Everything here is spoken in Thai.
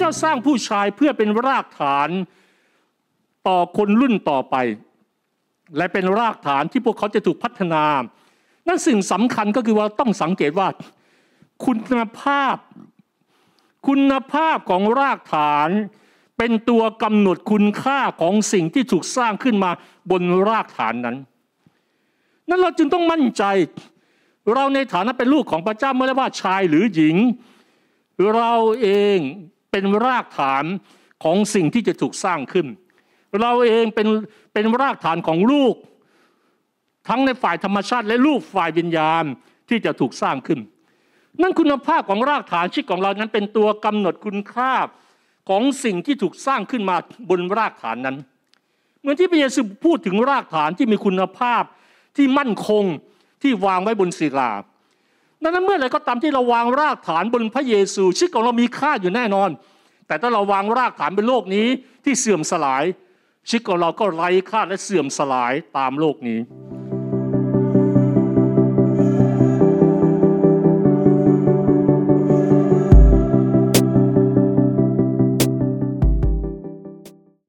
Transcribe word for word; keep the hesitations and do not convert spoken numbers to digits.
สร้างผู้ชายเพื่อเป็นรากฐานต่อคนรุ่นต่อไปและเป็นรากฐานที่พวกเขาจะถูกพัฒนานั่นสิ่งสำคัญก็คือว่าต้องสังเกตว่าคุณภาพคุณภาพของรากฐานเป็นตัวกำหนดคุณค่าของสิ่งที่ถูกสร้างขึ้นมาบนรากฐานนั้นนั้นเราจึงต้องมั่นใจเราในฐานะเป็นลูกของพระเจ้าไม่ว่าชายหรือหญิงเราเองเป็นรากฐานของสิ่งที่จะถูกสร้างขึ้นเราเองเป็นเป็นรากฐานของลูกทั้งในฝ่ายธรรมชาติและลูกฝ่ายวิญญาณที่จะถูกสร้างขึ้นนั่นคุณภาพของรากฐานชีวิตของเรานั้นเป็นตัวกำหนดคุณค่าของสิ่งที่ถูกสร้างขึ้นมาบนรากฐานนั้นเหมือนที่พระเยซูพูดถึงรากฐานที่มีคุณภาพที่มั่นคงที่วางไว้บนศิลาดังนั้นเมื่อไหร่ก็ตามที่เราวางรากฐานบนพระเยซูชีวิตของเรามีค่าอยู่แน่นอนแต่ถ้าเราวางรากฐานบนโลกนี้ที่เสื่อมสลายชีวิตของเราก็ไร้ค่าและเสื่อมสลายตามโลกนี้